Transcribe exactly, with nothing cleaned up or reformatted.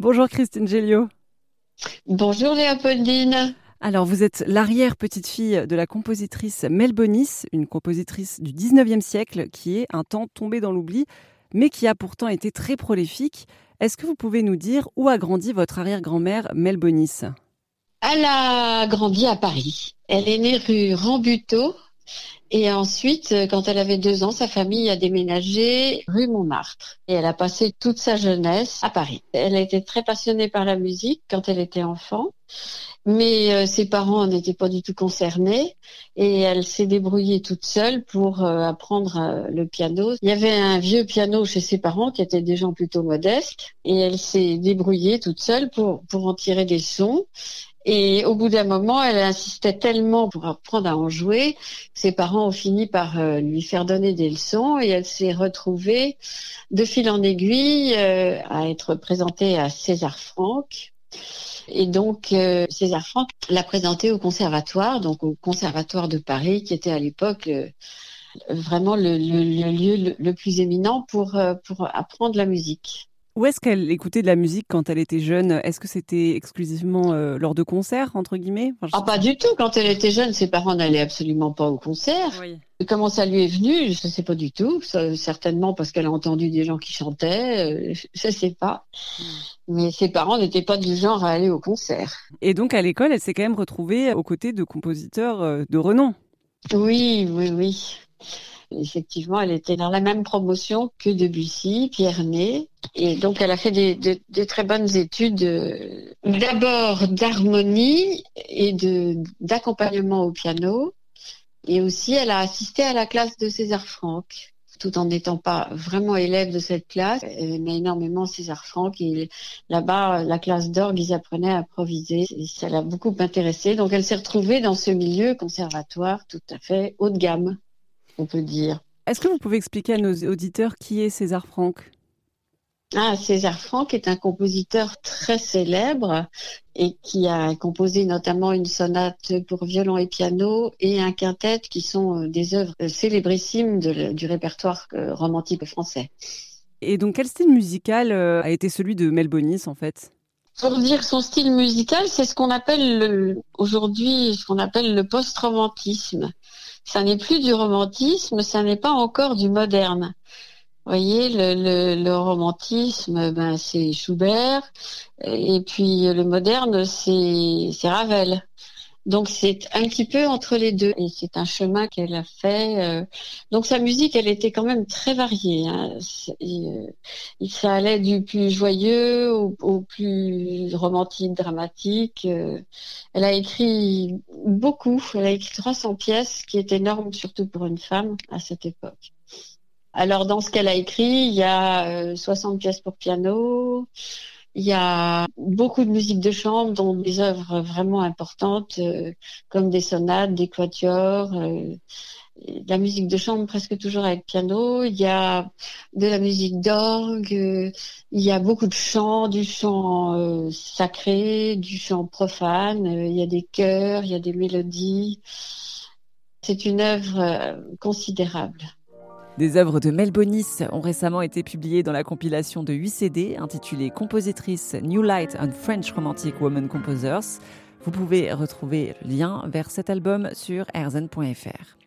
Bonjour Christine Géliot. Bonjour Léopoldine. Alors, vous êtes l'arrière-petite-fille de la compositrice Mel Bonis, une compositrice du dix-neuvième siècle qui est un temps tombée dans l'oubli, mais qui a pourtant été très prolifique. Est-ce que vous pouvez nous dire où a grandi votre arrière-grand-mère Mel Bonis ? Elle a grandi à Paris. Elle est née rue Rambuteau. Et ensuite, quand elle avait deux ans, sa famille a déménagé rue Montmartre. Et elle a passé toute sa jeunesse à Paris. Elle a été très passionnée par la musique quand elle était enfant. Mais euh, ses parents n'étaient pas du tout concernés et elle s'est débrouillée toute seule pour euh, apprendre euh, le piano. Il y avait un vieux piano chez ses parents qui étaient des gens plutôt modestes et elle s'est débrouillée toute seule pour, pour en tirer des sons. Et au bout d'un moment, elle insistait tellement pour apprendre à en jouer, ses parents ont fini par euh, lui faire donner des leçons et elle s'est retrouvée de fil en aiguille euh, à être présentée à César Franck. Et donc, euh, César Franck l'a présentée au conservatoire, donc au conservatoire de Paris, qui était à l'époque le, vraiment le, le, le lieu le, le plus éminent pour, euh, pour apprendre la musique. Où est-ce qu'elle écoutait de la musique quand elle était jeune ? Est-ce que c'était exclusivement euh, lors de concerts, entre guillemets ? Enfin, Ah, pas du tout. Quand elle était jeune, ses parents n'allaient absolument pas au concert. Oui. Comment ça lui est venu, je ne sais pas du tout. Ça, certainement parce qu'elle a entendu des gens qui chantaient, euh, je ne sais pas. Mm. Mais ses parents n'étaient pas du genre à aller au concert. Et donc, à l'école, elle s'est quand même retrouvée aux côtés de compositeurs euh, de renom. Oui, oui, oui. Effectivement, elle était dans la même promotion que Debussy, Pierre Ney. Et donc, elle a fait des, des, des très bonnes études, euh, d'abord d'harmonie et de, d'accompagnement au piano. Et aussi, elle a assisté à la classe de César Franck, tout en n'étant pas vraiment élève de cette classe. Elle aimait énormément César Franck. Et là-bas, la classe d'orgue, ils apprenaient à improviser. Et ça l'a beaucoup intéressée. Donc, elle s'est retrouvée dans ce milieu conservatoire tout à fait haut de gamme, on peut dire. Est-ce que vous pouvez expliquer à nos auditeurs qui est César Franck ? Ah, César Franck est un compositeur très célèbre et qui a composé notamment une sonate pour violon et piano et un quintet qui sont des œuvres célébrissimes de, du répertoire romantique français. Et donc, quel style musical a été celui de Mel Bonis, en fait ? Pour dire son style musical, c'est ce qu'on appelle le, aujourd'hui ce qu'on appelle le post-romantisme. Ça n'est plus du romantisme, ça n'est pas encore du moderne. Vous voyez, le, le, le romantisme, ben c'est Schubert, et puis le moderne, c'est, c'est Ravel. Donc c'est un petit peu entre les deux, et c'est un chemin qu'elle a fait. Donc sa musique, elle était quand même très variée. Hein. Et, et ça allait du plus joyeux au, au plus romantique, dramatique. Elle a écrit beaucoup. Elle a écrit trois cents pièces, ce qui est énorme, surtout pour une femme à cette époque. Alors, dans ce qu'elle a écrit, il y a euh, soixante pièces pour piano, il y a beaucoup de musique de chambre, dont des œuvres vraiment importantes, euh, comme des sonates, des quatuors, euh, de la musique de chambre presque toujours avec piano. Il y a de la musique d'orgue, euh, il y a beaucoup de chants, du chant euh, sacré, du chant profane, euh, il y a des chœurs, il y a des mélodies. C'est une œuvre euh, considérable. Des œuvres de Mel Bonis ont récemment été publiées dans la compilation de huit C D intitulée Compositrice New Light on French Romantic Women Composers. Vous pouvez retrouver le lien vers cet album sur airzen point f r.